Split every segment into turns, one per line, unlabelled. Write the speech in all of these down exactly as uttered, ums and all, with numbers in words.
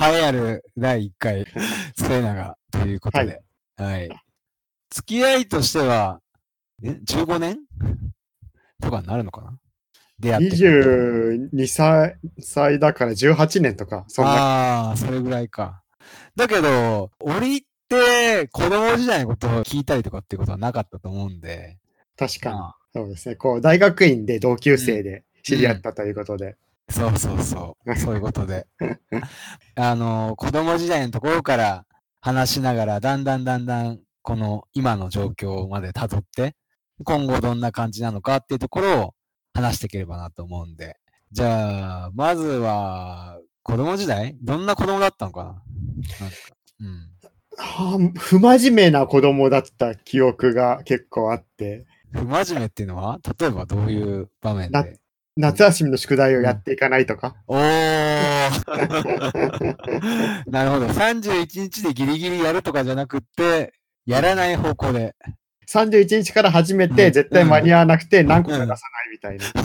栄えあるだいいっかい、末永ということで。はい。はい。付き合いとしては、え、じゅうごねんとかになるのかな、出会ってから。
にじゅうにさいだからじゅうはちねんとか、
そんな。ああ、それぐらいか。だけど、折って子供時代のことを聞いたりとかっていうことはなかったと思うんで。
確かに。そうですね。こう、大学院で同級生で知り合ったということで。
うんうん、そうそうそう。そういうことで。あの、子供時代のところから話しながら、だんだんだんだん、この今の状況まで辿って、今後どんな感じなのかっていうところを話していければなと思うんで。じゃあ、まずは、子供時代どんな子供だったのかな、なんか、うん。
はあ、不真面目な子供だった記憶が結構あって。
不真面目っていうのは例えばどういう場面で？
夏休みの宿題をやっていかないとか。
うん、おーなるほど。さんじゅういちにちでギリギリやるとかじゃなくって、やらない方向で。
さんじゅういちにちから始めて、絶対間に合わなくて何個か出さないみたいな。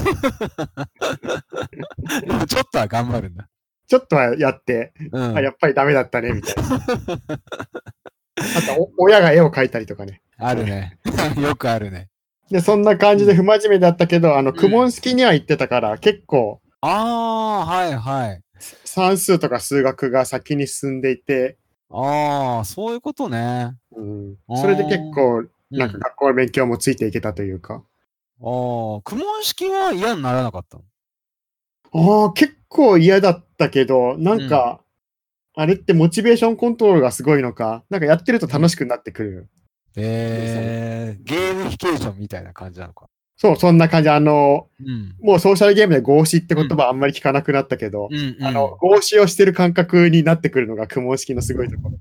でもちょっとは頑張るんだ。
ちょっとはやって、
うん、
あ、やっぱりダメだったね、みたいな。あと、親が絵を描いたりとかね。
あるね。よくあるね。
で、そんな感じで不真面目だったけど、あの、公文式には行ってたから、結構、
ああ、はいはい。
算数とか数学が先に進んでいて、
ああ、そういうことね。
うん、それで結構、なんか学校の勉強もついていけたというか。
ああ、公文式は嫌にならなかったの？
ああ、結構嫌だったけど、なんか、うん、あれってモチベーションコントロールがすごいのか、なんかやってると楽しくなってくる。
えー、ゲーミフィケーションみたいな感じなのか。
そう、そんな感じ。あの、うん、もうソーシャルゲームで合詞って言葉あんまり聞かなくなったけど、うんうん、あの、合詞をしてる感覚になってくるのが公文式のすごいところ。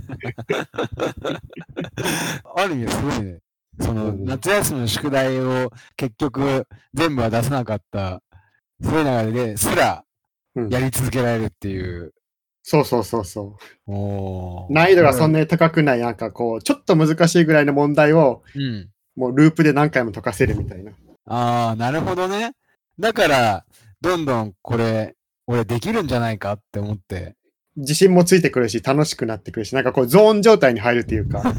ある意味すごいね。その、夏休みの宿題を結局全部は出さなかった、そういう流れですらやり続けられるっていう。
うん、そうそうそうそう。お難易度がそんなに高くない、なんかこう、ちょっと難しいぐらいの問題を、うん、もうループで何回も解かせるみたいな。
ああ、なるほどね。だから、どんどんこれ、俺できるんじゃないかって思って。
自信もついてくるし、楽しくなってくるし、なんかこう、ゾーン状態に入るっていうか。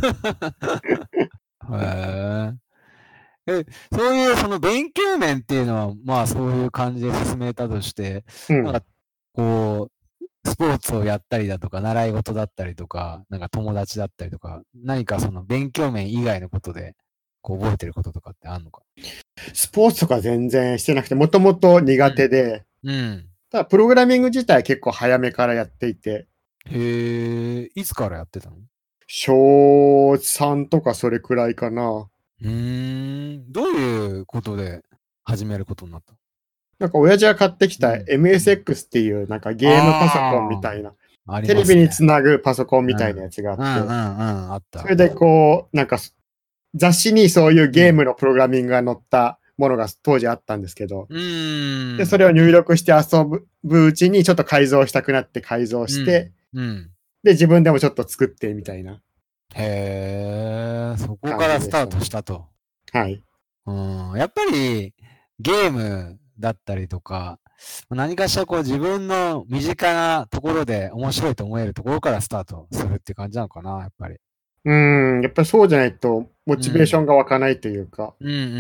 へえ。そういうその勉強面っていうのは、まあそういう感じで進めたとして、うん、なんかこう、スポーツをやったりだとか、習い事だったりとか、なんか友達だったりとか、何かその勉強面以外のことで、こう覚えてることとかってあんのか？
スポーツとか全然してなくて、もともと苦手で、うん。うん、ただ、プログラミング自体結構早めからやっていて。
へえ、いつからやってたの？
しょうさんとかそれくらいかな。
うーん、どういうことで始めることになった？
なんか親父が買ってきた エムエスエックス っていうなんかゲームパソコンみたいな、ね、テレビにつなぐパソコンみたいなやつがあって、うんうんうんうん、あった。それでこう、なんか雑誌にそういうゲームのプログラミングが載ったものが当時あったんですけど、うん、でそれを入力して遊ぶうちにちょっと改造したくなって改造して、うんうん、で自分でもちょっと作ってみたいな。
へえ、そこからスタートしたと。
はい。
うん、やっぱりゲームだったりとか、何かしらこう自分の身近なところで面白いと思えるところからスタートするって感じなのかな、やっぱり。
うん、やっぱりそうじゃないとモチベーションが湧かないというか。
うん、うん、うんうん。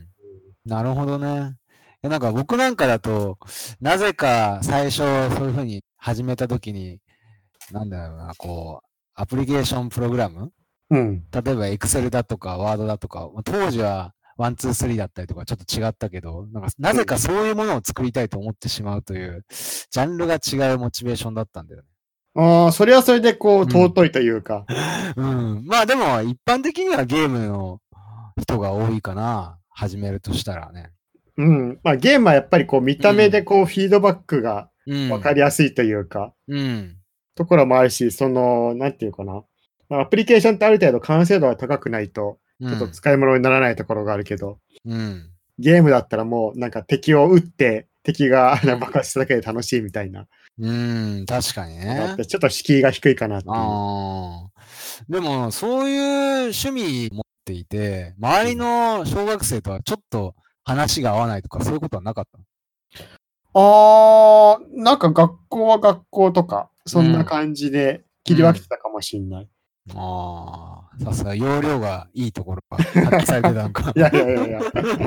なるほどね。なんか僕なんかだと、なぜか最初そういう風に始めたときに、なんだろうな、こう、アプリケーションプログラム、うん、例えば Excel だとか Word だとか、当時はワン、ツー、スリーだったりとかちょっと違ったけど、なんかなぜかそういうものを作りたいと思ってしまうという、ジャンルが違うモチベーションだったんだよね。
ああ、それはそれでこう、尊いというか。
うん。うん、まあでも、一般的にはゲームの人が多いかな。始めるとしたらね。
うん。まあゲームはやっぱりこう、見た目でこう、フィードバックがわかりやすいというか、うん。うん、ところもあるし、その、なんていうかな。アプリケーションってある程度完成度が高くないと、ちょっと使い物にならないところがあるけど、うん、ゲームだったらもうなんか敵を撃って、敵が爆発しただけで楽しいみたいな。
うん、確かにね。
ちょっと敷居が低いかなっていう。
あでも、そういう趣味持っていて、周りの小学生とはちょっと話が合わないとか、そういうことはなかったの？
あー、なんか学校は学校とか、そんな感じで切り分けてたかもしんない。
うん、ああ、さすが容量がいいところが発揮されてたのか。
いやいやいやいや。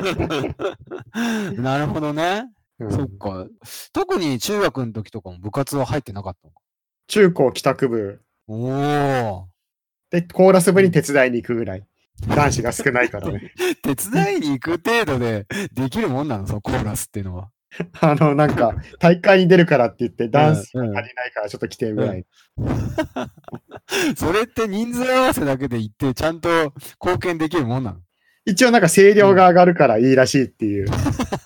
なるほどね。
うん、
そっか。特に中学の時とかも部活は入ってなかったのか。
中高帰宅部。
おお。
で、コーラス部に手伝いに行くぐらい。男子が少ないからね。
手伝いに行く程度でできるもんなの、そのコーラスっていうのは。
あの、なんか、大会に出るからって言って、ダンスが足りないからちょっと来てぐらい。
うんうん、それって人数合わせだけで行って、ちゃんと貢献できるもんなの？
一応なんか声量が上がるからいいらしいっていう。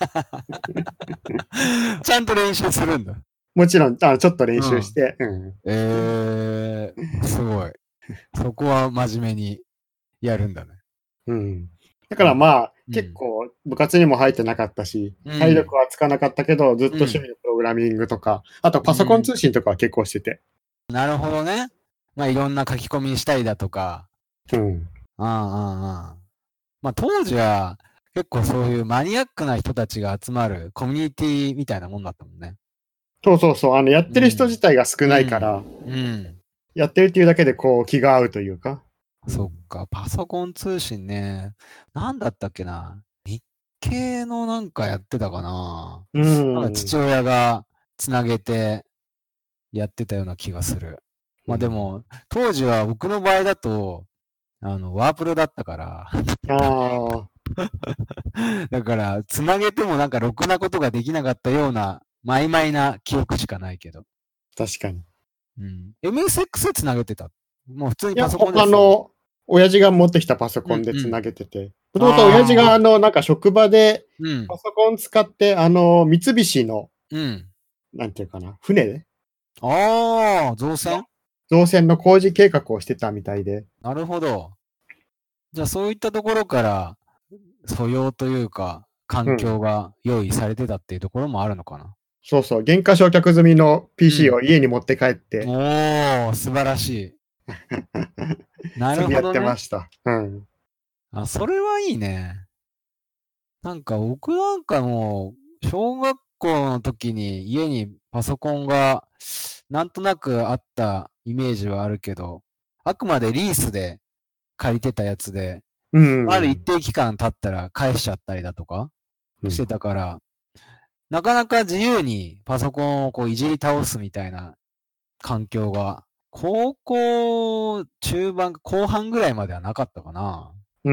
ちゃんと練習するんだ。
もちろん、あちょっと練習して。うんうん、
えー、すごい。そこは真面目にやるんだね。
うん。だからまあ、うん、結構部活にも入ってなかったし、うん、体力はつかなかったけど、ずっと趣味のプログラミングとか、うん、あとパソコン通信とかは結構してて。
うん、なるほどね。まあいろんな書き込みしたりだとか。
うん。
ああ、ああ、ああ。まあ当時は結構そういうマニアックな人たちが集まるコミュニティみたいなもんだったもんね。
そうそうそう。あの、やってる人自体が少ないから、うん。うんうん、やってるっていうだけでこう気が合うというか。
そっか、パソコン通信ね。なんだったっけな。日系のなんかやってたかな。うん。なんか父親がつなげてやってたような気がする。まあでも、当時は僕の場合だと、あの、ワープロだったから。あだから、つなげてもなんかろくなことができなかったような、曖昧な記憶しかないけど。
確かに。
うん。エムエスエックス でつなげてた。もう普通に
パソコンで。いや、他の、親父が持ってきたパソコンでつなげてて。もともと親父があの、なんか職場で、パソコン使って、あの、三菱の、うん。なんていうかな、船で。
ああ、造船
造船の工事計画をしてたみたいで。
なるほど。じゃあそういったところから、素養というか、環境が用意されてたっていうところもあるのかな。うん、
そうそう。原価償却済みの ピーシー を家に持って帰って。
うん、おー、素晴らしい。なるほど、ね。
やってました。うん。
あ、それはいいね。なんか僕なんかもう、小学校の時に家にパソコンがなんとなくあったイメージはあるけど、あくまでリースで借りてたやつで、うん、ある一定期間経ったら返しちゃったりだとかしてたから、うん、なかなか自由にパソコンをこういじり倒すみたいな環境が、高校中盤、後半ぐらいまではなかったかな。うん。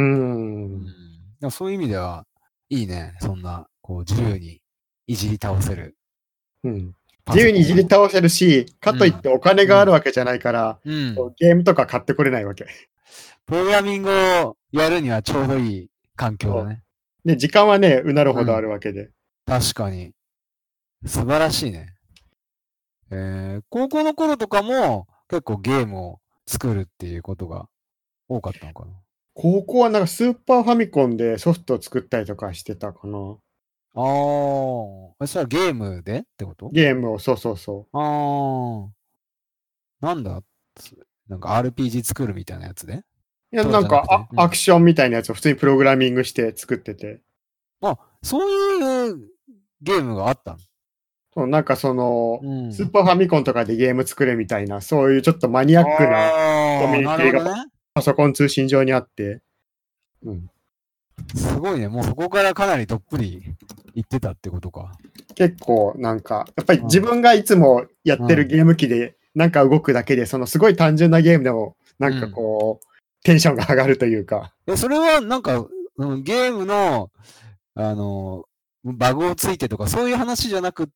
うん、そういう意味では、いいね。そんな、こう、自由にいじり倒せる。
うん。自由にいじり倒せるし、かといってお金があるわけじゃないから、うんうん、ゲームとか買ってこれないわけ。
プログラミングをやるにはちょうどいい環境だね。
で、時間はね、うなるほどあるわけで。うん、
確かに。素晴らしいね。えー、高校の頃とかも結構ゲームを作るっていうことが多かったのかな。
高校はなんかスーパーファミコンでソフトを作ったりとかしてたかな。
ああ、それはゲームでってこと？
ゲームを、そうそうそう。
ああ。なんだなんか アールピージー 作るみたいなやつで？
いや、なんか、うん、アクションみたいなやつを普通にプログラミングして作ってて。
あ、そういうゲームがあったの？
そう、なんかその、うん、スーパーファミコンとかでゲーム作るみたいな、そういうちょっとマニアックなコミュニティがパソコン通信上にあって。
うん。すごいね。もうそこからかなりどっぷり行ってたってことか。
結構なんか、やっぱり自分がいつもやってるゲーム機でなんか動くだけで、そのすごい単純なゲームでも、なんかこう、うん、テンションが上がるというか。
え、それはなんか、うん、ゲームの、あの、バグをついてとかそういう話じゃなくって、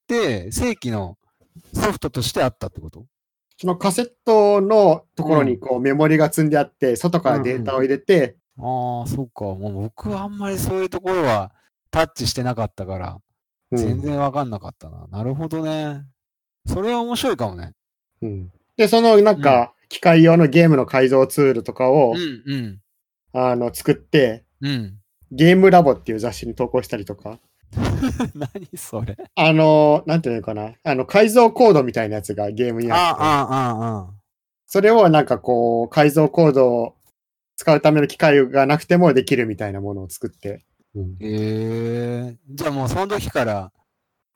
正規のソフトとしてあったってこと？
そのカセットのところにこう、うん、メモリが積んであって、外からデータを入れて。
うんうん、ああ、そっか。もう僕はあんまりそういうところはタッチしてなかったから、全然わかんなかったな、うん。なるほどね。それは面白いかもね。
うん、で、そのなんか、機械用のゲームの改造ツールとかを、
うんうん、
あの作って、
うん、
ゲームラボっていう雑誌に投稿したりとか。
何それ？
あの、なんていうのかな。あの、改造コードみたいなやつがゲームにあって。
ああ、ああ、ああ。
それをなんかこう、改造コードを使うための機械がなくてもできるみたいなものを作って。
うん、へえ。じゃあもうその時から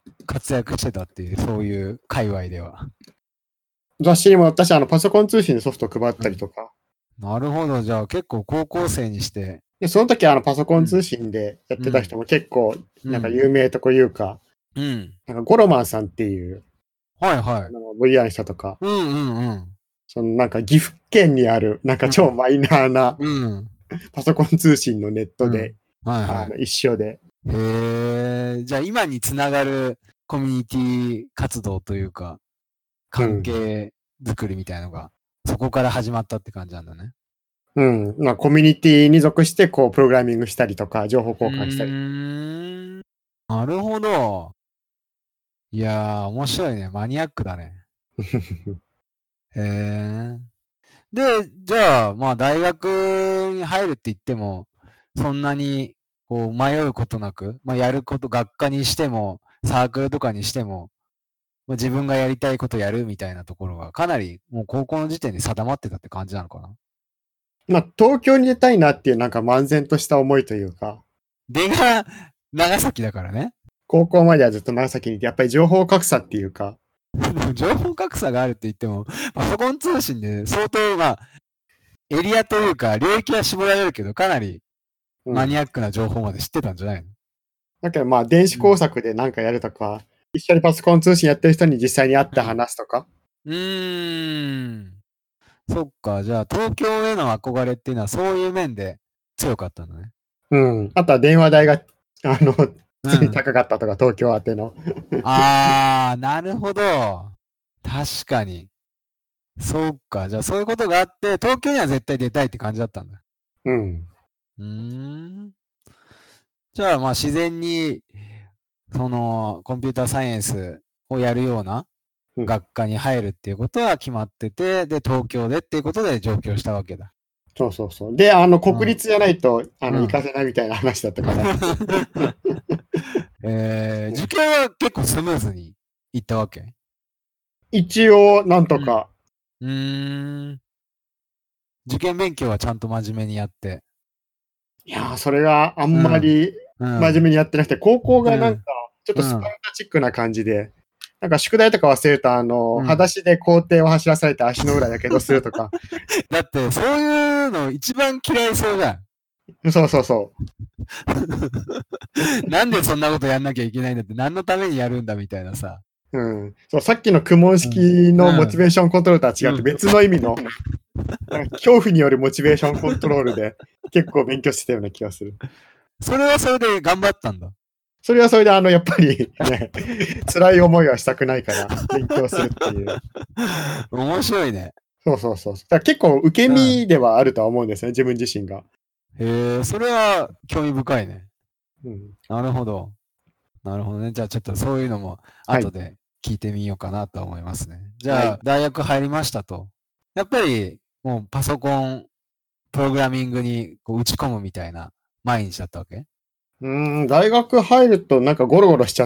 活躍してたっていう、そういう界隈では。
雑誌にも私、あの、パソコン通信でソフト配ったりとか。
うん、なるほど。じゃあ結構高校生にして。
で、その時、あの、パソコン通信でやってた人も結構、なんか有名とこいうか、うん。なんかゴロマンさんっていう、
はいはい。
ブイアール の人とか、
うんうんうん。
そのなんか岐阜県にある、なんか超マイナーな、うん、パソコン通信のネットで、うん、はいはい、あの一緒で。
へえ、じゃあ今につながるコミュニティ活動というか、関係作りみたいなのが、うん、そこから始まったって感じなんだね。
うん。まあ、コミュニティに属して、こう、プログラミングしたりとか、情報交換したり。うー
ん。なるほど。いやー、面白いね。マニアックだね。へえ。で、じゃあ、まあ、大学に入るって言っても、そんなに、こう、迷うことなく、まあ、やること、学科にしても、サークルとかにしても、まあ、自分がやりたいことやるみたいなところが、かなり、もう高校の時点で定まってたって感じなのかな。
まあ、東京に出たいなっていう、なんか漫然とした思いというか。
出が、長崎だからね。
高校まではずっと長崎にいて、やっぱり情報格差っていうか。
情報格差があるって言っても、パソコン通信で相当、まあ、エリアというか、領域は絞られるけど、かなりマニアックな情報まで知ってたんじゃないの？うん、
だけどまあ、電子工作で何かやるとか、うん、一緒にパソコン通信やってる人に実際に会って話すとか。
うん、うーん。そっか、じゃあ東京への憧れっていうのはそういう面で強かったのね。
うん。あとは電話代が、あの、普通に高かったとか、うん、東京宛ての。
あー、なるほど。確かに。そうか。じゃあそういうことがあって、東京には絶対出たいって感じだったんだ。
うん。
うーん。じゃあまあ自然に、その、コンピューターサイエンスをやるような学科に入るっていうことは決まってて、で、東京でっていうことで上京したわけだ。
そうそうそう。で、あの、国立じゃないと、うん、あの、行かせないみたいな話だったから。
えー、受験は結構スムーズに行ったわけ？
一応、なんとか。
うん。うーん。受験勉強はちゃんと真面目にやって。
いやー、それがあんまり真面目にやってなくて、うん、高校がなんか、ちょっとスパルタチックな感じで、うん、なんか宿題とか忘れると、あの、うん、裸足で校庭を走らされて足の裏やけどするとか。
だって、そういうの一番嫌いそうじゃ
ん。そうそうそう。
なんでそんなことやんなきゃいけないんだって、何のためにやるんだみたいなさ。
うん。そう、さっきの苦問式のモチベーションコントロールとは違って別の意味の、なんか恐怖によるモチベーションコントロールで結構勉強してたような気がする。
それはそれで頑張ったんだ。
それはそれであの、やっぱりね、辛い思いはしたくないから勉強するっていう。
面白いね。
そうそうそう。だから結構受け身ではあるとは思うんですね、うん、自分自身が。
へえ、それは興味深いね。
うん。
なるほど。なるほどね。じゃあちょっとそういうのも後で聞いてみようかなと思いますね。はい、じゃあ、大学入りましたと。やっぱりもうパソコン、プログラミングにこう打ち込むみたいな毎日だったわけ？
うーん、大学入るとなんかゴロゴロしちゃって、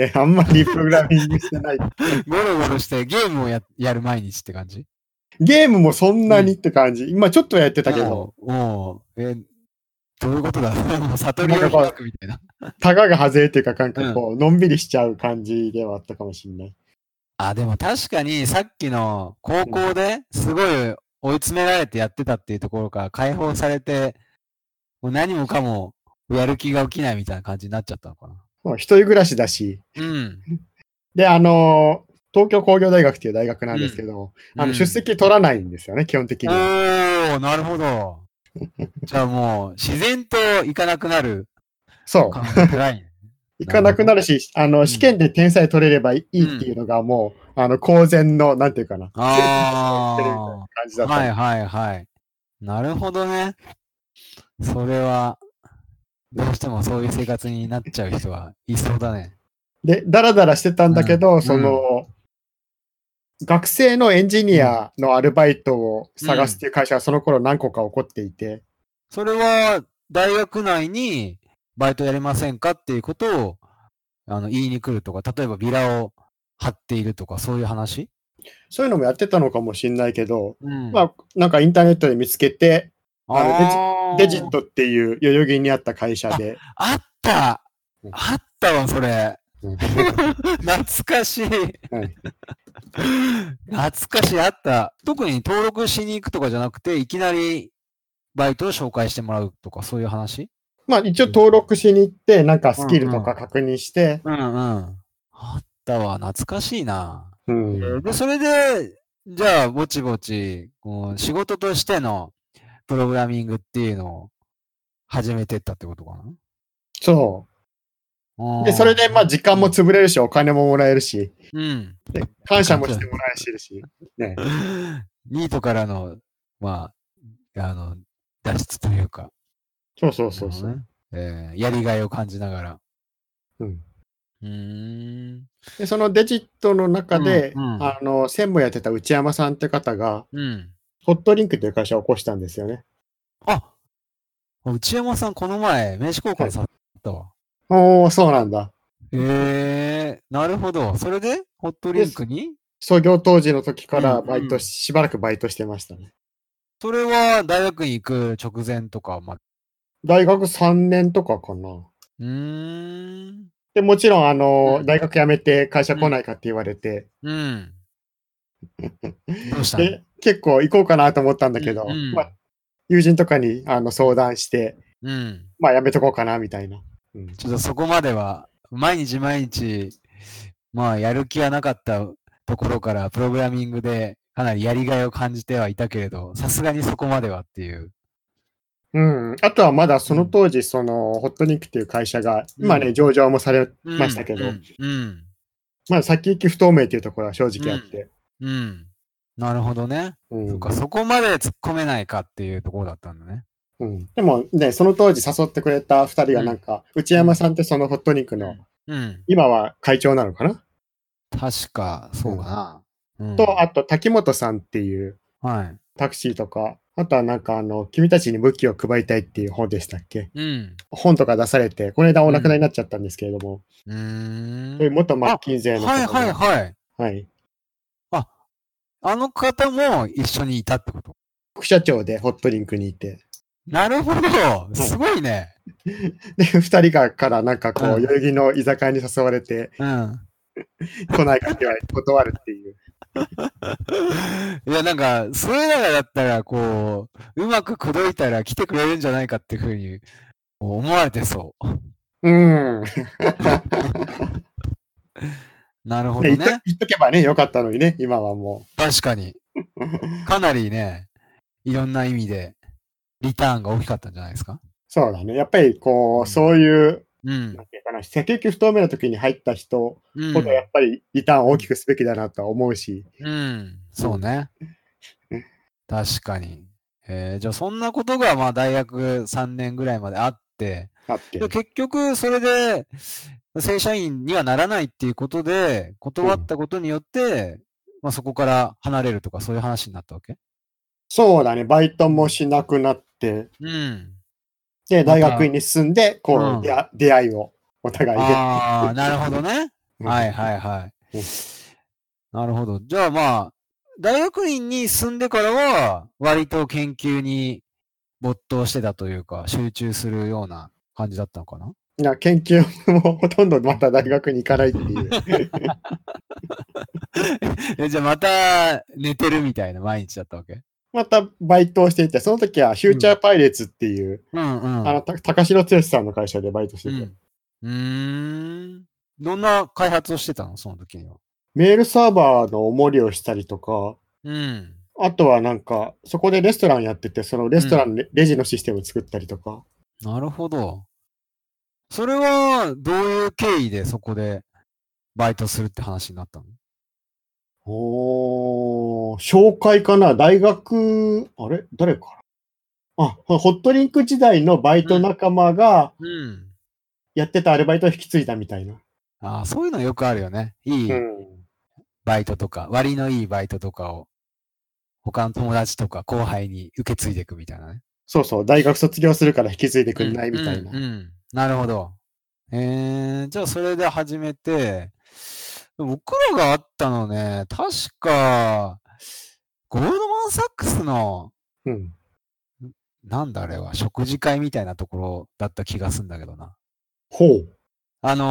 あんまりプログラミングしてない。
ゴロゴロしてゲームを や, やる毎日って感じ？
ゲームもそんなにって感じ。うん、今ちょっとやってたけど。
もう、え、どういうことだもう悟りを開くみたいな。
タガが外れっていうか、なんかこう、うん、のんびりしちゃう感じではあったかもしれない。
あ、でも確かにさっきの高校ですごい追い詰められてやってたっていうところから解放されて、もう何もかもやる気が起きないみたいな感じになっちゃったのかな。
もう一人暮らしだし。
うん。
で、あの、東京工業大学っていう大学なんですけど、うん、あの出席取らないんですよね、うん、基本的に
は。おー、なるほど。じゃあもう自然と行かなくなる。
そう。行かなくなるし、あの、試験で点さえ取れればいいっていうのがもう、うん、あの、公然の、なんていうかな。
ああ。感じだったはいはいはい。なるほどね。それは、どうしてもそういう生活になっちゃう人はいそうだね。
で、だらだらしてたんだけど、うん、その、うん、学生のエンジニアのアルバイトを探すっていう会社がその頃何個か起こっていて。
それは、大学内にバイトやれませんかっていうことを、あの、言いに来るとか、例えばビラを貼っているとか、そういう話？
そういうのもやってたのかもしれないけど、うん、まあ、なんかインターネットで見つけて、あのデジ、デジットっていう代々木にあった会社で。
あ、あったあったわ、それ。 懐かしい。はい、懐かしい、あった。特に登録しに行くとかじゃなくて、いきなりバイトを紹介してもらうとか、そういう話？
まあ一応登録しに行って、なんかスキルとか確認して。
うんうん。うんうん、あったわ、懐かしいな。
うん、
で、それで、じゃあ、ぼちぼち、こう仕事としてのプログラミングっていうのを始めてったってことかな？
そう。で、それで、まあ、時間も潰れるし、お金ももらえるし、うん。で、感謝もしてもらえるし、ね。
ニートからの、まあ、あの、脱出というか。
そうそうそうそう。ね、
えー、やりがいを感じながら。
うん。
うーん。
で、そのデジットの中で、うんうん、あの、専務やってた内山さんって方が、うん、ホットリンクという会社を起こしたんですよね。
あ、内山さん、この前、名刺交換されたわ。
はい、おー、そうなんだ。
へえー、なるほど。それで、ホットリンクに
創業当時の時からバイト、うんうん、しばらくバイトしてましたね。
それは、大学に行く直前とか、ま、
大学さんねんとかかな。
うーん。
で、もちろん、あの、うん、大学辞めて会社来ないかって言われて。うん。うんどうしたの？で、結構行こうかなと思ったんだけど、うんうん、まあ、友人とかにあの相談して、うん、まあやめとこうかなみたいな、
うん。ちょっとそこまでは、毎日毎日、まあやる気はなかったところから、プログラミングでかなりやりがいを感じてはいたけれど、さすがにそこまではっていう。
うん。あとはまだその当時、その、ホットリンクっていう会社が、今ね、上場もされましたけど、うんうん、まだ先行き不透明っていうところは正直あって。
うん。うん、なるほどね。うん、そっか、そこまで突っ込めないかっていうところだったんだね。
うん。でもね、その当時誘ってくれた二人がなんか、うん、内山さんってそのホットリンクの、うん、今は会長なのかな？
確か、そうかな。
うん、と、あと、滝本さんっていう、はい。タクシーとか、あとはなんかあの、君たちに武器を配りたいっていう本でしたっけ？うん。本とか出されて、この間お亡くなりになっちゃったんですけれども。うーん。そういう元マッキンゼーの方が。
はいはいはい。
はい。
あ、あの方も一緒にいたってこと？
副社長でホットリンクにいて。
なるほど。すごいね。
で、二人がからなんかこう、代々木の居酒屋に誘われて、うん。来ないかって言われて断るっていう。
いや、なんか、そういうのだったら、こう、うまく口説いたら来てくれるんじゃないかっていうふうに思われてそう。
うん。
なるほどね。
言っと、言っとけばね、よかったのにね、今はも
う。確かに。かなりね、いろんな意味で、リターンが大きかったんじゃないですか？
そうだね。やっぱりこう、うん、そういう、うん、なんていうかな、先行き不透明な時に入った人ほどやっぱりリターンを大きくすべきだなとは思うし。
うん、うん、そうね。確かに。えー、じゃあそんなことがまあ大学さんねんぐらいまであって、あって結局それで正社員にはならないっていうことで断ったことによって、うん、まあそこから離れるとかそういう話になったわけ？
そうだね。バイトもしなくなって、うん、で、大学院に進んで、こう、うん、出, 出会いをお互いで。
ああ、なるほどね。はいはいはい。なるほど。じゃあまあ、大学院に進んでからは、割と研究に没頭してたというか、集中するような感じだったのかな？
いや、研究もほとんどまた大学に行かないっていう。
えじゃあまた寝てるみたいな毎日だったわけ？
またバイトをしていて、その時はフューチャーパイレーツっていう、うんうんうん、あの、高城剛さんの会社でバイトしてて。
うん、うーん。どんな開発をしてたの？その時には。
メールサーバーのお守りをしたりとか、うん。あとはなんか、そこでレストランやってて、そのレストランレ、うん、レジのシステムを作ったりとか。
なるほど。それは、どういう経緯でそこでバイトするって話になったの？
おー、紹介かな？大学、あれ誰かなあ、ホットリンク時代のバイト仲間が、やってたアルバイトを引き継いだみたいな。うん
うん、ああ、そういうのよくあるよね。いいバイトとか、割のいいバイトとかを、他の友達とか後輩に受け継いでいくみたいなね。
そうそう、大学卒業するから引き継いでくんないみたいな。
うん、うんうん、なるほど。えー、じゃあそれで始めて、僕らがあったのね、確か、ゴールドマンサックスの、うん、なんだあれは、食事会みたいなところだった気がするんだけどな。
ほう。
あの、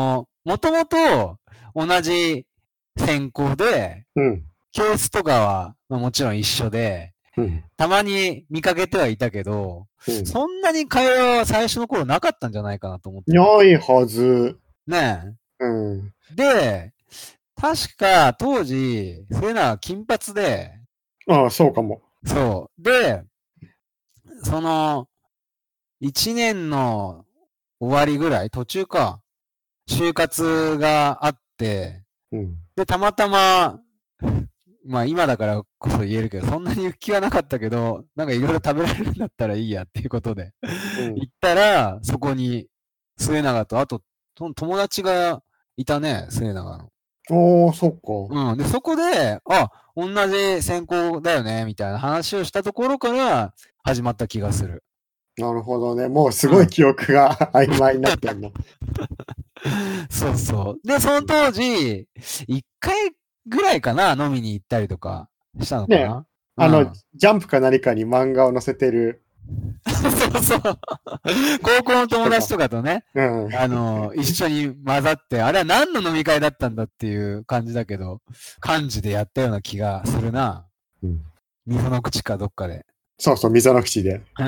もともと同じ専攻で、
うん。
教室とかは、まあ、もちろん一緒で、
うん、
たまに見かけてはいたけど、
うん、
そんなに会話は最初の頃なかったんじゃないかなと思って。
ないはず。
ね
え。うん。
で、確か当時、そういうのは金髪で、
ああ、そうかも。
そう。で、その、一年の終わりぐらい、途中か、就活があって、
うん、
で、たまたま、まあ今だからこそ言えるけど、そんなに行く気はなかったけど、なんかいろいろ食べられるんだったらいいやっていうことで、
うん、
行ったら、そこに末永と、あと、友達がいたね、末永の。
おー、そっか。
うん。で、そこで、あ、同じ専攻だよね、みたいな話をしたところから始まった気がする。
なるほどね。もうすごい
うん。
記憶が曖昧になってんな。
そうそう。で、その当時、一回ぐらいかな、飲みに行ったりとかしたのか
ね、
な。う
あの、
ん。
ジャンプか何かに漫画を載せてる
そうそう。高校の友
人が。
達とかとね、
うん。
あの、一緒に混ざって、あれは何の飲み会だったんだっていう感じだけど、漢字でやったような気がするな。
うん、
溝の口かどっかで。
そうそう、溝の口で。
うん。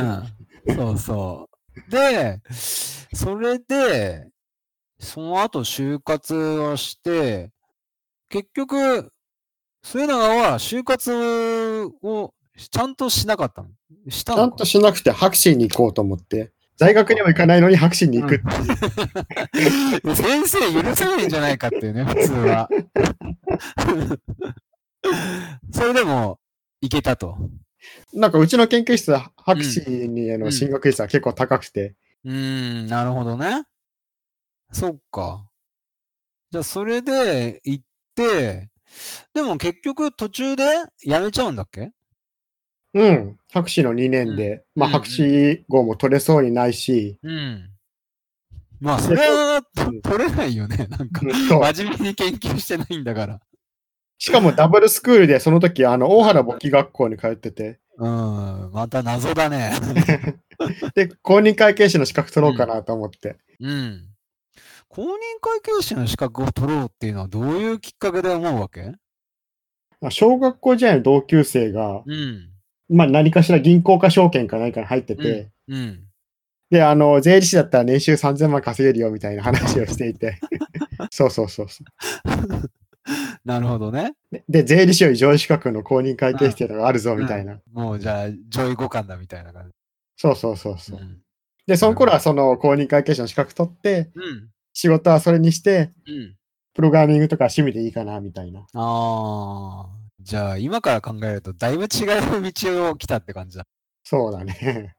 そうそう。で、それで、その後就活をして、結局、末永は就活をちゃんとしなかったのした
ちゃんと
のか
しなくて博士に行こうと思って。大学に
そっか。
も行かないのに博士に行くって
うん、先生許さないんじゃないかっていうね、普通は。それでも、いけたと。
なんかうちの研究室は博士
うん。
にの
うん。
進学率は結構高くて。
うーん、なるほどね。そっか。じゃあ、それで行って、でも結局途中で辞めちゃうんだっけ？
うん。博士のにねん
うん。
で、まあ博
うんうん。
士号も取れそうにないし、
うん。まあ、そ
で、そ、
れは、と
うん、
取れないよね。なんか、
うんそう。
真面目に研究してないんだから。
しかもダブルスクールで、その時、あの、大原簿記学校に通ってて、
うん。うん。また謎だね。
で、公認会計士の資格取ろうか
うん。
なと思って。
うん。公認会計士の資格を取ろうっていうのはどういうきっかけで思うわけ？
まあ小学校時代の同級生が、
うん。
まあ何かしら銀行か証券か何かに入って
うん。
て、
うん。
で、あの、税理士だったら年収さんぜんまん稼げるよみたいな話をしていて、そうそうそうそう。
なるほどね。
で、税理士より上位資格の公認会
うん。
計士っていうのがあるぞみ
うん。
たいな。
もうじゃあ、上位互換だみたいな感
そうそうそう
じ。う
そう。
ん。
で、そ
なるほど。
の頃はその公認会計士の資格取って、
うん。
仕事はそれにして、
うん。
プログラミングとか趣味でいいかなみたいな。
ああ。じゃあ、今から考えると、だいぶ違う道を来たって感じだ。
そうだね。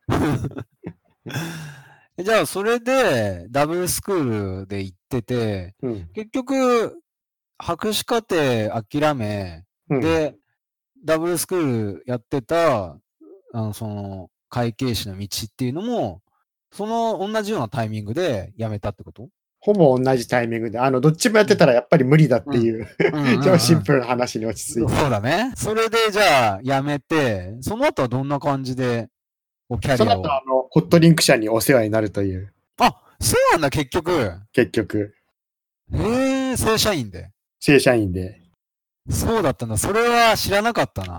じゃあ、それで、ダブルスクールで行ってて、
うん。
結局、博士課程諦め、
うん。
で、ダブルスクールやってた、あの、その、会計士の道っていうのも、その同じようなタイミングで辞めたってこと？
ほぼ同じタイミングで、あの、どっちもやってたらやっぱり無理だって
うん。
いう
うんうん
超シ
うん。
ンプルな話に落ち着
そ
いて。
うだね。それでじゃあ辞めて、その後はどんな感じで、こうキャ
その後、
リアを。
あの、ホットリンク社にお世話になるという、
あ、そうなんだ、結局。
結局、
へえ、正社員で。
正社員で。
そうだったんだ。それは知らなかったな。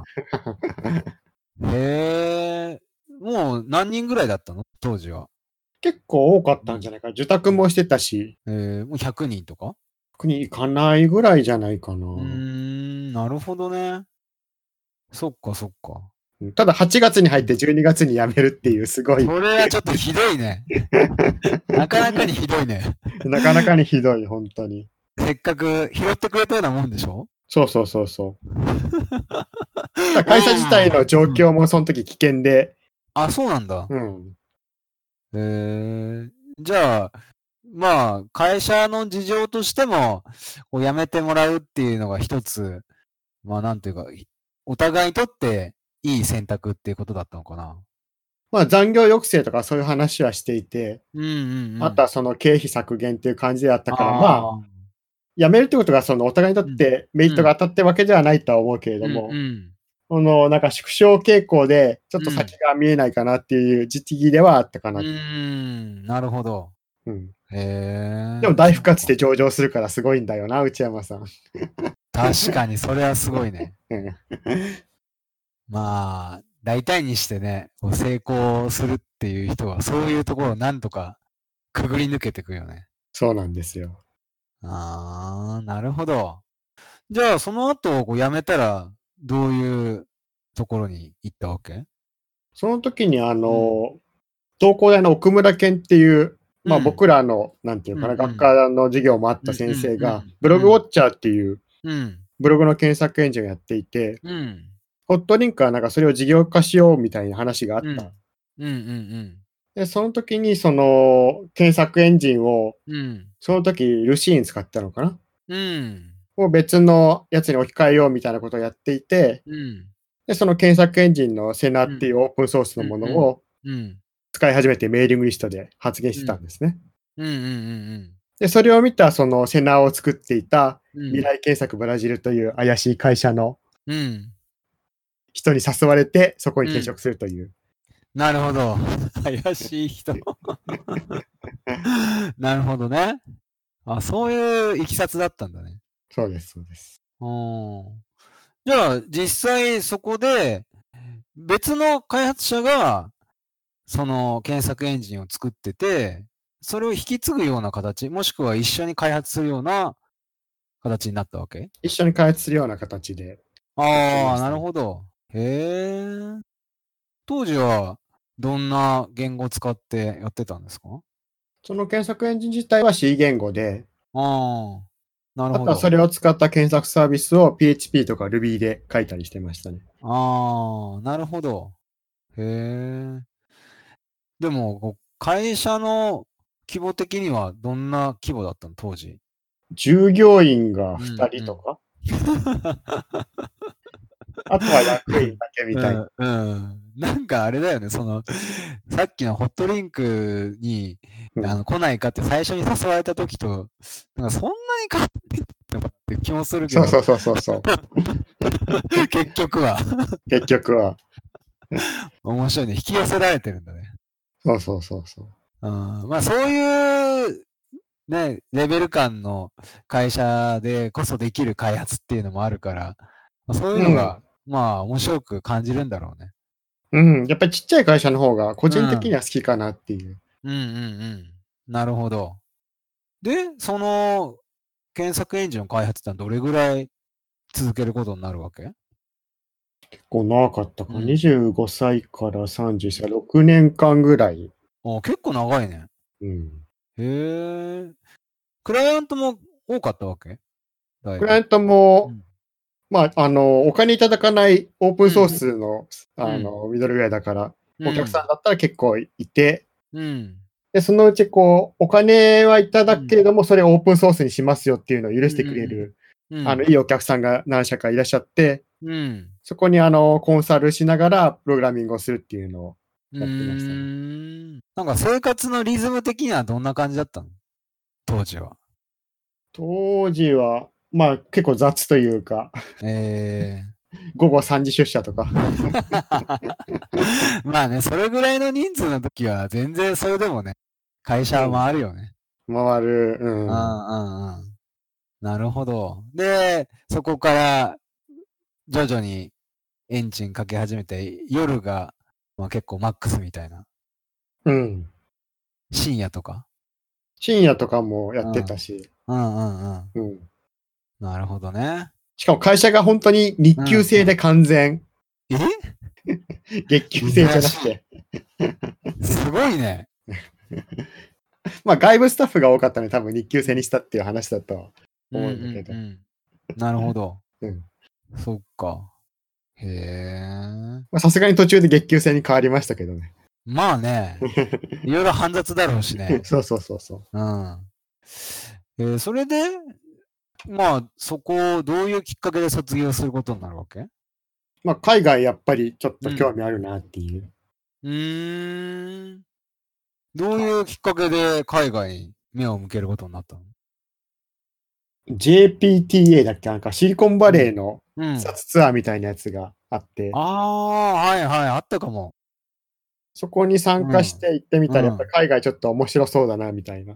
へえ、もう何人ぐらいだったの当時は。
結構多かっ
うん。
たんじゃないか。受託もしてたし、
えー、もうひゃくにんとか？
国に行かないぐらいじゃないかな。
うーん、なるほどね。そっかそっか。
ただはちがつに入
うん。
ってじゅうにがつに辞めるっていうすごい
それはちょっとひどいね。なかなかにひどいね。
なかなかにひどい、本当に。
せっかく拾ってくれたようなもんでしょ？
そうそうそうそう。ただ会社自体の状
うん。うん。
況もその時危険で、
あ、そうなんだ。
うん。
へえ。じゃあ、まあ、会社の事情としても、こう辞めてもらうっていうのが一つ、まあなんていうか、お互いにとっていい選択っていうことだったのかな。
まあ残業抑制とかそういう話はしていて、
うんうんうん。
あとはその経費削減っていう感じであったから、まあ、
ああ。
辞めるってことがそのお互いにとっ
うん。
てメリット
うん。
が当たってるわけではないとは思うけれ
うんう
ども、
ん。
このなんか縮小傾向でちょっと
うん。
先が見えないかなっていう時期ではあったか
う
な。
ーん、なるほど。
うん。
へえ。
でも大復活で上場するからすごいんだよな、内山さん。
確かに、それはすごいね。
うん、
まあ、大体にしてね、こう成功するっていう人は、そういうところをなんとかくぐり抜けていくよね。
そうなんですよ。
ああ、なるほど。じゃあ、その後、こう辞めたら、どういうところに行ったわけ？
その時に、あの、うん、東工大の奥村健っていう、まあ、僕らの、なんていうかな、学科の授業もあった先生が、ブログウォッチャーっていう、ブログの検索エンジンをやっていて、うん、ホットリンクはなんかそれを事業化しようみたいな話があった。うんうんうん、で、その時にその検索エンジンを、うん、その時ルシーン使ったのかな、うん、を別のやつに置き換えようみたいなことをやっていて、うん、で、その検索エンジンのセナっていうオープンソースのものを使い始めてメーリングリストで発言してたんですね。で、それを見たそのセナを作っていた未来検索ブラジルという怪しい会社の人に誘われてそこに転職するという。
うん、なるほど。怪しい人。なるほどね。あ、そういういきさつだったんだね。
そうです、そうです。
じゃあ、実際そこで、別の開発者が、その検索エンジンを作ってて、それを引き継ぐような形、もしくは一緒に開発するような形になったわけ？
一緒に開発するような形で。
ああ、なるほど。へえ。当時は、どんな言語を使ってやってたんですか？
その検索エンジン自体は C 言語で、
ああ、なるほど。
あとはそれを使った検索サービスを ピーエイチピー とか Ruby で書いたりしてましたね。
ああ、なるほど。へえ。でも、会社の規模的にはどんな規模だったの、当時？
従業員がふたりとか、うんうん、あとは役員だけみたいな。
うん、うん。なんかあれだよね、その、さっきのホットリンクに、うん、あの来ないかって最初に誘われた時と、なんかそんなに変わってないのかって気もするけど。
そうそうそうそう。
結局は。
結局は。
面白いね。引き寄せられてるんだね。
そうそうそうそう。
うん、まあそういうね、レベル感の会社でこそできる開発っていうのもあるから、そういうのが、うん、まあ面白く感じるんだろうね。
うん、やっぱりちっちゃい会社の方が個人的には好きかなっていう。
うん、うん、うんうんなるほど。で、その検索エンジンの開発ってのはどれぐらい続けることになるわけ？
結構長かったか、うん、にじゅうごさいからさんじゅっさい、ろくねんかんぐらい。
あ、結構長いね。うん。へえ。クライアントも多かったわけ？
クライアントも、うん、まあ、あの、お金いただかないオープンソースの、うん、あの、ミドルウェアだから、お客さんだったら結構いて、うん、で、そのうちこう、お金はいただくけれども、それをオープンソースにしますよっていうのを許してくれる、うん、あの、いいお客さんが何社かいらっしゃって、うん、そこにあの、コンサルしながら、プログラミングをするっていうのをやってましたね。
うーんなんか生活のリズム的にはどんな感じだったの？当時は。
当時は、まあ結構雑というか、えー、午後さんじ出社とか。
まあね、それぐらいの人数の時は全然それでもね、会社は回るよね。
うん、回る。うん。うん
うんうん。なるほど。で、そこから徐々にエンジンかけ始めて、夜が、まあ、結構マックスみたいな。
うん。
深夜とか
深夜とかもやってたし。
うんうんうん。うん。なるほどね。
しかも会社が本当に日給制で完全。うん、え月給制じゃなくて。
すごいね。
まあ外部スタッフが多かったので多分日給制にしたっていう話だとは思うんだけど。うんうんうん、
なるほど。うん。そっか。へえ。
さすがに途中で月給制に変わりましたけどね。
まあね。いろいろ煩雑だろうしね。
そうそうそうそう。うん。
えー、それで、まあ、そこをどういうきっかけで卒業することになるわけ？
まあ、海外やっぱりちょっと興味あるなっていう。
うん。うーん。どういうきっかけで海外に目を向けることになったの？
ジェーピーティーエー だっけなんかシリコンバレーの視察ツアーみたいなやつがあって。
うんうん、ああ、はいはい、あったかも。
そこに参加して行ってみたら、やっぱり海外ちょっと面白そうだな、みたいな。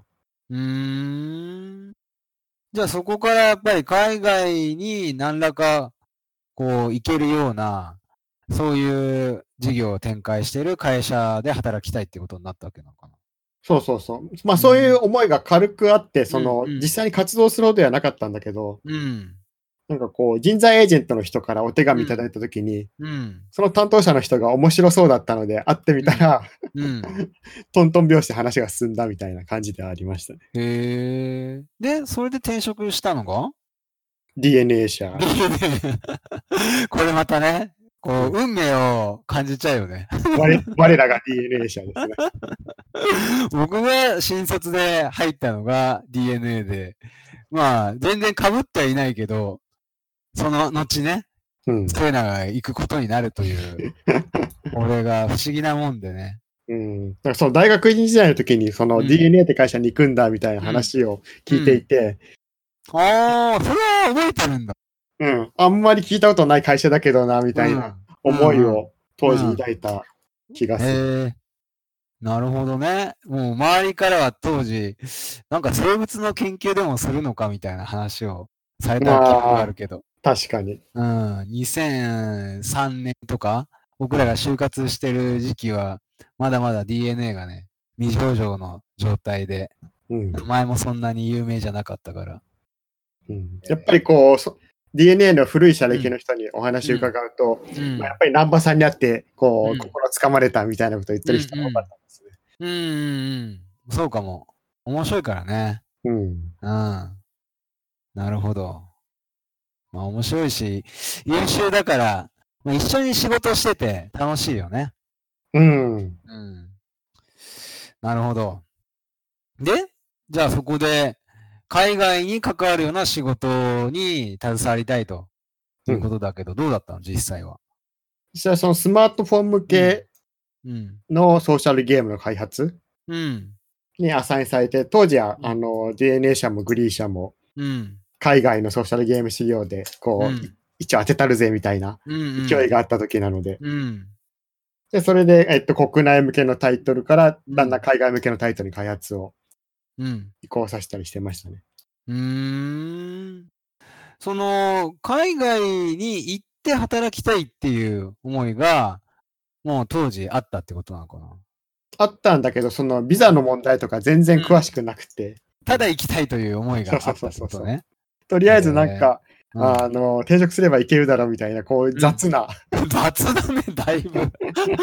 うーん。じゃあそこからやっぱり海外に何らかこう行けるような、そういう事業を展開している会社で働きたいってことになったわけなのかな。
そうそうそう。まあそういう思いが軽くあって、その、
うんうん、
実際に活動するほどではなかったんだけど、
うん、
なんかこう、人材エージェントの人からお手紙いただいたときに、
うん、
その担当者の人が面白そうだったので、会ってみたら、
うん、
トントン拍子で話が進んだみたいな感じではありましたね。
へえ。で、それで転職したのが
ディーエヌエー 社。
ディーエヌエー これまたね、こう、うん、運命を感じちゃうよね。
我, 我らが ディーエヌエー 社ですね。
僕が新卒で入ったのが ディーエヌエー で、まあ、全然被ってはいないけど、その後ね、うん、そういうのが行くことになるという、これが不思議なもんでね。
うん。だからその大学院時代の時に、その ディーエヌエー って会社に行くんだみたいな話を聞いていて。
うんうん、ああ、それは覚えてるんだ。
うん。あんまり聞いたことない会社だけどな、みたいな思いを当時抱いた気がする。
うんうんうん、へえ。なるほどね。もう周りからは当時、なんか生物の研究でもするのかみたいな話をされた記憶があるけど。
確かに。
うん。にせんさんねんとか、僕らが就活してる時期は、まだまだ ディーエヌエー がね、未上場の状態で、うん、名前もそんなに有名じゃなかったから。
うん、やっぱりこう、ディーエヌエー の古い社歴の人にお話を伺うと、うん、まあ、やっぱり南波さんに会って、こう、うん、心つかまれたみたいなことを言ってる人が多かったんですね。
うんうん、うんうんうん。そうかも。面白いからね。うん。うん。なるほど。まあ面白いし、優秀だから、まあ、一緒に仕事してて楽しいよね。
うん。うん。
なるほど。で、じゃあそこで、海外に関わるような仕事に携わりたいということだけど、うん、どうだったの実際は。
実際そのスマートフォン向けのソーシャルゲームの開発にアサインされて、当時は、うん、あの ディーエヌエー 社もグリー社も、海外のソーシャルゲーム市場で、こう、うん、一応当てたるぜみたいな勢いがあった時なので、うんうん、でそれで、えっと、国内向けのタイトルから、だんだん海外向けのタイトルに開発を移行させたりしてましたね。
うん。うーん。その、海外に行って働きたいっていう思いが、もう当時あったってことなのかな？
あったんだけど、そのビザの問題とか全然詳しくなくて。うん、
ただ行きたいという思いがあったってことね。
とりあえずなんか、うん、あの、転職すればいけるだろうみたいな、こう雑な。
うん、雑だね、だいぶ。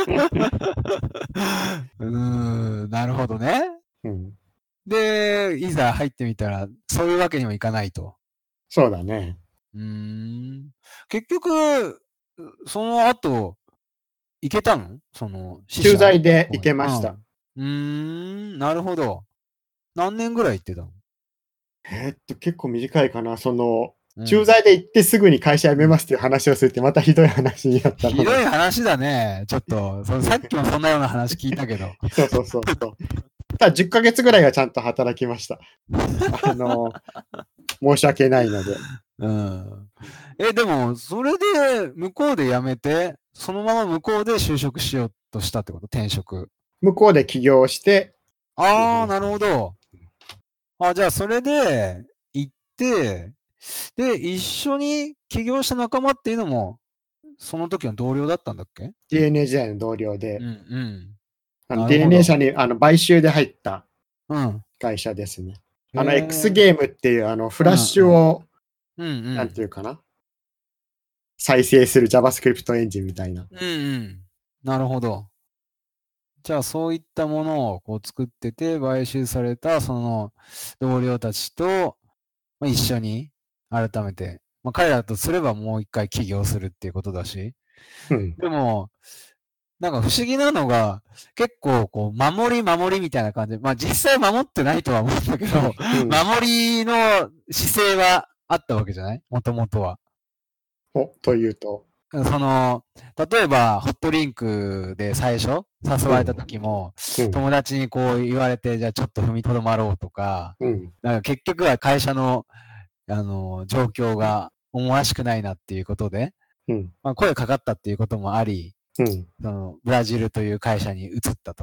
うーん、なるほどね。うん、で、いざ入ってみたら、そういうわけにもいかないと。
そうだね。
うーん。結局、その後、行けたの？その、
駐在で行けました。
うん、うーん、なるほど。何年ぐらい行ってたの？
えー、っと、結構短いかな。その、うん、駐在で行ってすぐに会社辞めますっていう話をするって、またひどい話になったの。
ひどい話だね。ちょっと、そのさっきもそんなような話聞いたけど。
そうそうそうそう。ただじゅっかげつぐらいはちゃんと働きました。あの、申し訳ないので。
うん。え、でも、それで向こうで辞めて、そのまま向こうで就職しようとしたってこと？転職。
向こうで起業して。
ああ、なるほど。あ、じゃあそれで行って、で、一緒に起業した仲間っていうのも、その時の同僚だったんだっけ？
ディーエヌエー 時代の同僚で。
うん
うん。ディーエヌエー 社にあの買収で入った会社ですね。うん、あの X ゲームっていうあのフラッシュを、なんていうかな、再生する JavaScript エンジンみたいな。
うんうん。なるほど。じゃあそういったものをこう作ってて買収されたその同僚たちと一緒に改めて、まあ、彼らとすればもう一回起業するっていうことだし、うん、でもなんか不思議なのが結構こう守り守りみたいな感じで、まあ実際守ってないとは思うんだけど、うん、守りの姿勢はあったわけじゃない？もともとは。
お、というと。
その、例えば、ホットリンクで最初、誘われた時も、うん、友達にこう言われて、じゃあちょっと踏みとどまろうとか、うん、なんか結局は会社の、あの、状況が思わしくないなっていうことで、うん、まあ、声かかったっていうこともあり、うん、そのブラジルという会社に移ったと。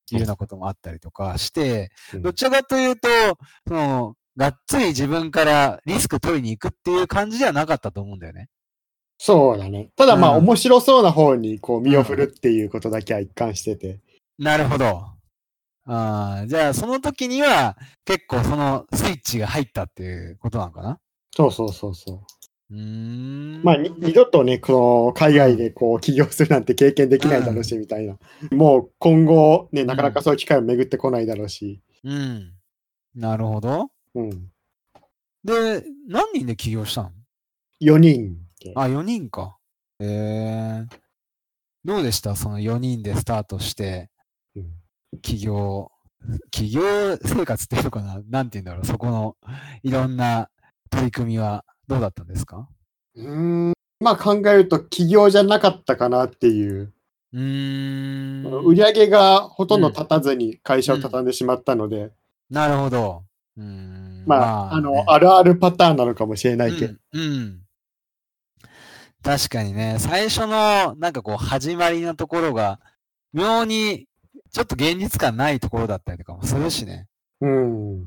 っていうようなこともあったりとかして、どちらかというと、その、がっつり自分からリスク取りに行くっていう感じではなかったと思うんだよね。
そうだね。ただまあ、うん、面白そうな方にこう身を振るっていうことだけは一貫してて。
うん、なるほど。ああ、じゃあその時には結構そのスイッチが入ったっていうことなのかな？
そうそうそうそう。
うーん。
まあ、二度とね、この海外でこう起業するなんて経験できないだろうし、みたいな。うん、もう今後ね、なかなかそういう機会も巡ってこないだろうし。
うん。うん、なるほど。
うん。
で、何人で起業したの？
よにん。
あ、よにんか。へえー。どうでした？そのよにんでスタートして、起業、起業生活っていうのかな？なんて言うんだろう。そこのいろんな取り組みはどうだったんですか？
うーん。まあ考えると起業じゃなかったかなっていう。
うーん。
売り上げがほとんど立たずに会社を畳んでしまったので。うん、
なるほど。うーん。
まあ、まあ、あの、ね、あるあるパターンなのかもしれないけど。
うん。うん、確かにね、最初のなんかこう始まりのところが、妙にちょっと現実感ないところだったりとかもするしね。
うん。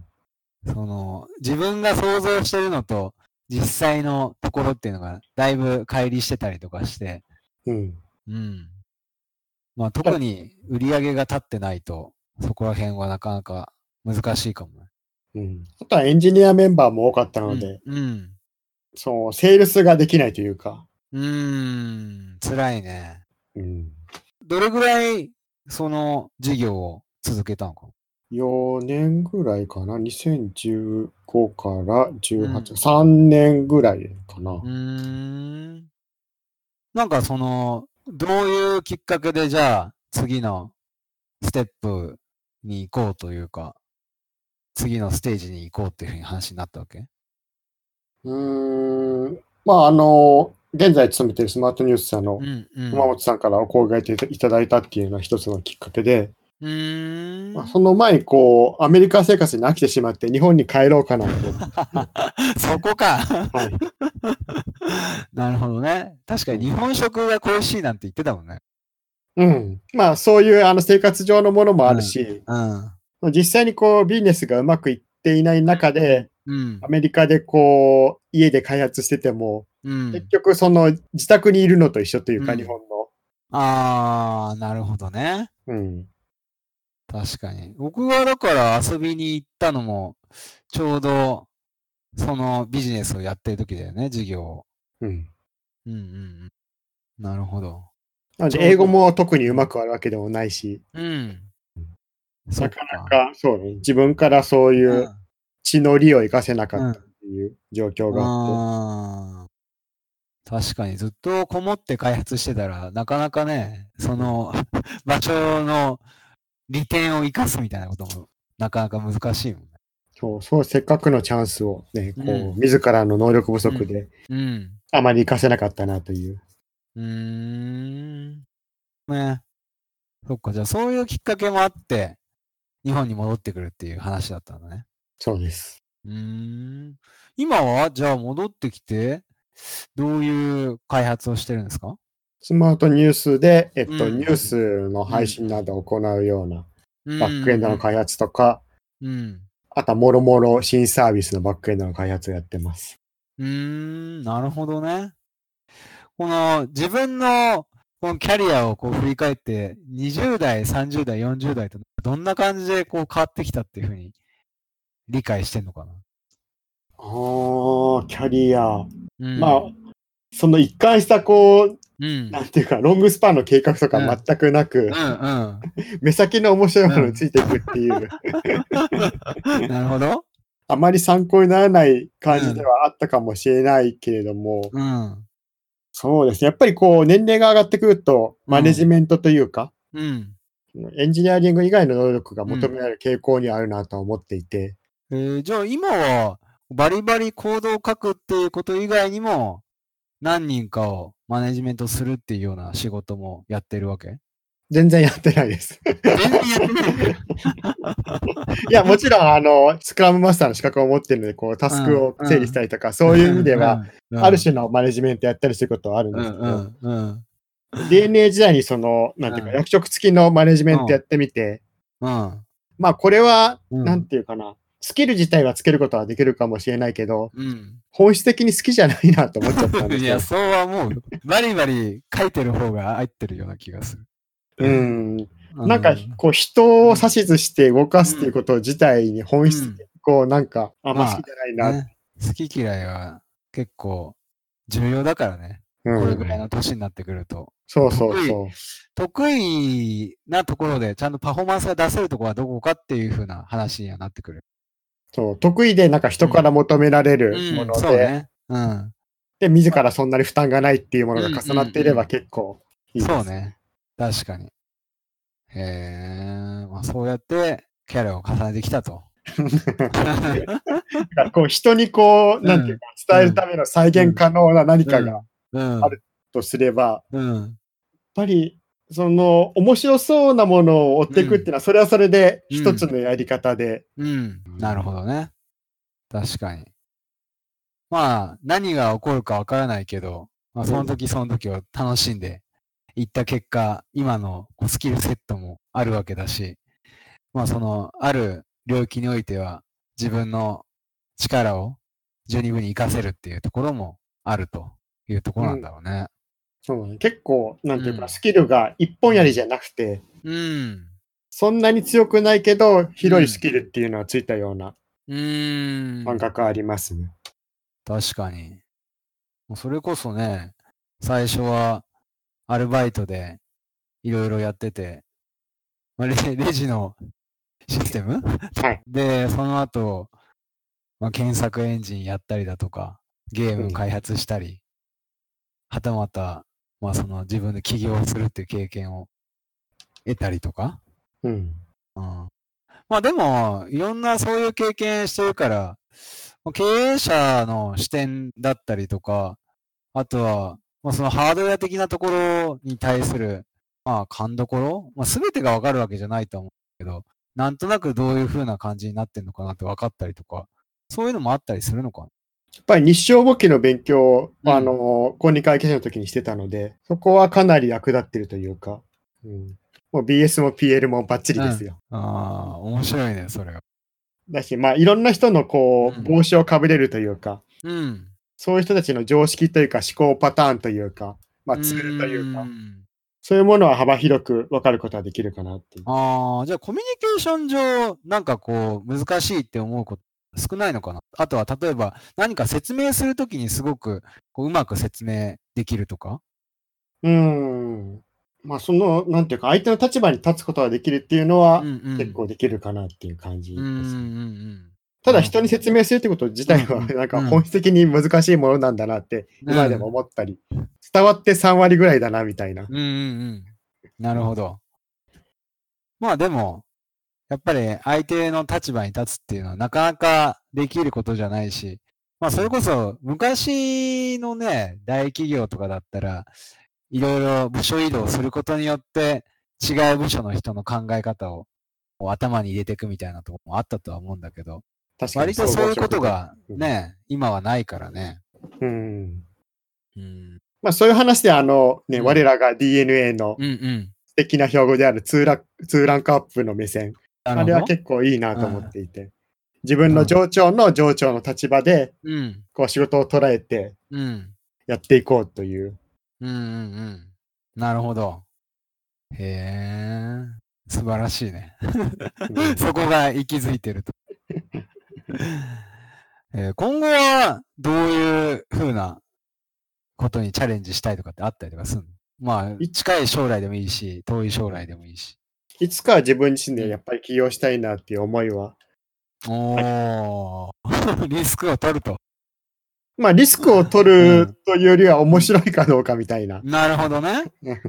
その、自分が想像してるのと実際のところっていうのがだいぶ乖離してたりとかして。
うん。
うん。まあ特に売り上げが立ってないと、そこら辺はなかなか難しいかもね。
うん。あとはエンジニアメンバーも多かったので、
うん。うん、
そう、セールスができないというか。
うーん、辛いね。
うん。
どれぐらい、その事業を続けたのか？
よねんぐらいかな。にせんじゅうごからじゅうはち、うん、さんねんぐらいかな。う
ーん。なんかその、どういうきっかけでじゃあ次のステップに行こうというか、次のステージに行こうっていうふうに話になったわけ？
うーん。まあ、あの、現在勤めているスマートニュース社の熊本さんからお声がけいただいたっていうのは一つのきっかけで、
うーん。
まあ、その前にこう、アメリカ生活に飽きてしまって日本に帰ろうかなと。
そこか。
はい。
なるほどね。確かに日本食が恋しいなんて言ってたもんね。
うん。まあ、そういうあの生活上のものもあるし、
うんうん、
実際にこうビジネスがうまくいっていない中で、
うん、
アメリカでこう、家で開発してても、うん、結局その自宅にいるのと一緒というか、うん、日本の。
ああ、なるほどね。
うん。
確かに。僕がだから遊びに行ったのも、ちょうど、そのビジネスをやってる時だよね、授業を。
うん。
うんうんうん。なるほど。
なので、英語も特にうまくあるわけでもないし。
うん。
なかなか、そうね、自分からそういう血の利を活かせなかったっていう状況があって。
うん、確かにずっとこもって開発してたら、なかなかね、その場所の利点を生かすみたいなこともなかなか難しいもんね。
そう、そう、せっかくのチャンスをね、こう、うん、自らの能力不足で、うんうん、あまり活かせなかったなという。
うーん。ね。そっか、じゃあそういうきっかけもあって、日本に戻ってくるっていう話だったんだね。
そうです。
うーん。今は、じゃあ戻ってきて、どういう開発をしてるんですか？
スマートニュースで、えっと、うん、ニュースの配信などを行うようなバックエンドの開発とか、うん、あとはもろもろ新サービスのバックエンドの開発をやってます。
うーん、なるほどね。この自分のこのキャリアをこう振り返って、にじゅう代、さんじゅう代、よんじゅう代とどんな感じでこう変わってきたっていうふうに理解してんのかな？
ああ、キャリア。うん、まあ、その一貫したこう、うん、なんていうか、ロングスパンの計画とか全くなく、うんうんうん、目先の面白いものについていくっていう。
なるほど。
あまり参考にならない感じではあったかもしれないけれども、うん、そうですね。やっぱりこう、年齢が上がってくると、マネジメントというか、うん、エンジニアリング以外の能力が求められる傾向にあるなと思っていて。
うん、えー、じゃあ今は、バリバリコードを書くっていうこと以外にも、何人かをマネジメントするっていうような仕事もやってるわけ？
全然やってないです。
全然やってない。
いや、もちろん、あの、スクラムマスターの資格を持ってるので、こう、タスクを整理したりとか、うん、そういう意味では、うん、ある種のマネジメントやったりすることはあるんですけど、うんうんうん、ディーエヌエー 時代にその、なんていうか、役職付きのマネジメントやってみて、
うん。
まあこれは、なんていうかな、スキル自体はつけることはできるかもしれないけど、
うん、
本質的に好きじゃないなと思っちゃったんですよ。
いや、そうはもう、バリバリ書いてる方が入ってるような気がする。
うん。なんか、こう、人を指図して動かすっていうこと自体に本質的に、こう、なんか、あんま好きじゃないな、まあね。
好き嫌いは結構重要だからね。うん、これぐらいの年になってくると。
そうそうそう。
得意なところでちゃんとパフォーマンスが出せるところはどこかっていう風な話にはなってくる。
そう、得意でなんか人から求められるもので、うんうん、そうね。うん。で、自らそんなに負担がないっていうものが重なっていれば結構いいです。
そうね。確かに。へえ、まあそうやってキャラを重ねてきたと。
こう人にこう、なんていうか、伝えるための再現可能な何かがあるとすれば、やっぱり、その、面白そうなものを追っていくっていうのは、それはそれで一つのやり方で。
うん。うん、なるほどね。確かに。まあ、何が起こるかわからないけど、まあ、その時その時を楽しんでいった結果、今のスキルセットもあるわけだし、まあその、ある領域においては自分の力を十二分に活かせるっていうところもあるというところなんだろうね。うん、
そうね。結構、なんていうか、うん、スキルが一本やりじゃなくて、うん、そんなに強くないけど、広いスキルっていうのはついたような感覚ありますね。
確かに。それこそね、最初はアルバイトでいろいろやってて、レ, レジのシステム、はい、で、その後、まあ、検索エンジンやったりだとか、ゲーム開発したり、うん、はたまた、まあその自分で起業するっていう経験を得たりとか。うん。うん、まあでも、いろんなそういう経験してるから、経営者の視点だったりとか、あとは、まあ、そのハードウェア的なところに対する、まあ、勘どころ、まあ、全てがわかるわけじゃないと思うけど、なんとなくどういう風な感じになってんのかなって分かったりとか、そういうのもあったりするのかな。
やっぱり日照簿記の勉強を、うん、あの、公認会計士の時にしてたので、そこはかなり役立ってるというか、うん、もう ビーエス も ピーエル もバッチリですよ。
うん、ああ、面白いね、それが。
だし、まあ、いろんな人のこう、うん、帽子をかぶれるというか、うん、そういう人たちの常識というか思考パターンというか、まあ、ツールというか、うそういうものは幅広く分かることはできるかなっていう。
ああ、じゃあコミュニケーション上、なんかこう、難しいって思うこと少ないのかな。あとは、例えば、何か説明するときにすごくこううまく説明できるとか。
うーん。まあ、その、なんていうか、相手の立場に立つことができるっていうのは、うんうん、結構できるかなっていう感じですね。うんうんうん、ただ、人に説明するってこと自体は、なんか本質的に難しいものなんだなって、今でも思ったり、うん、伝わってさんわりぐらいだな、みたいな。
うんうんうん。なるほど。まあでも、やっぱり相手の立場に立つっていうのはなかなかできることじゃないし、まあそれこそ昔のね、大企業とかだったら、いろいろ部署移動することによって違う部署の人の考え方を頭に入れていくみたいなところもあったとは思うんだけど、割とそういうことがね、うん、今はないからね。うん。
うん、まあそういう話であのね、うん、我らが ディーエヌエー の素敵な標語であるツーラ、ツーランクアップの目線。あれは結構いいなと思っていて。うん、自分の上長の上長の立場で、うん、こう仕事を捉えて、やっていこうという。
うんうんうん。なるほど。へえ、素晴らしいね。そこが息づいてると。えー、今後はどういうふうなことにチャレンジしたいとかってあったりとかするの？まあ、近い将来でもいいし、遠い将来でもいいし。
いつかは自分自身でやっぱり起業したいなっていう思いは。
おー、リスクを取ると。
まあ、リスクを取るというよりは面白いかどうかみたいな。
なるほどね。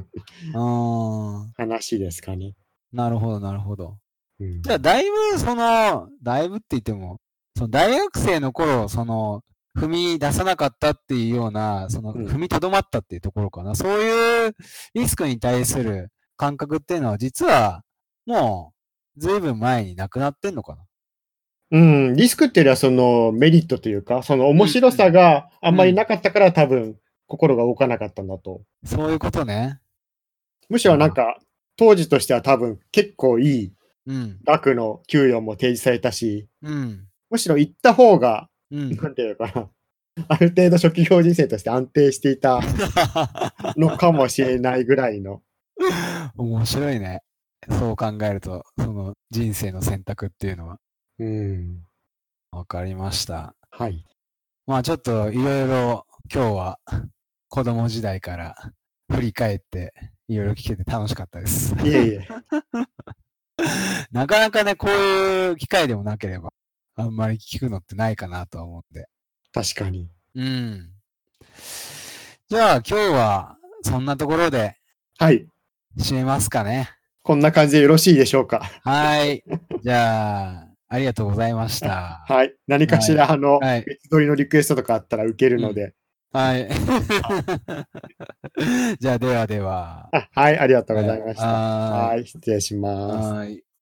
話ですかね。
なるほど、なるほど。うん、じゃあ、だいぶ、その、だいぶって言っても、その大学生の頃、その、踏み出さなかったっていうような、その、踏みとどまったっていうところかな。うん、そういうリスクに対する感覚っていうのは、実は、もう、ずいぶん前になくなってんのかな。
うん、リスクっていうよりはそのメリットというか、その面白さがあんまりなかったから多分心が動かなかったんだと。
そういうことね。
むしろなんか当時としては多分結構いい
うん、
額の給与も提示されたし、
うん、
むしろ行った方が、
うん、
なんていうのかな、ある程度職業人生として安定していたのかもしれないぐらいの。
面白いね。そう考えると、その人生の選択っていうのは。
うん。
わかりました。
はい。
まあちょっといろいろ今日は子供時代から振り返っていろいろ聞けて楽しかったです。
いえいえ。
なかなかね、こういう機会でもなければ、あんまり聞くのってないかなとは思うんで。
確かに。
うん。じゃあ今日はそんなところで、
はい。
締めますかね。
こんな感じでよろしいでしょうか。
はい。じゃあ、ありがとうございました。
はい。何かしら、あの、
はい、
別撮りのリクエストとかあったら受けるので。
うん、はい。じゃあ、ではでは。
あ、はい、ありがとうございました。
はい。
はい、失礼します。
はい。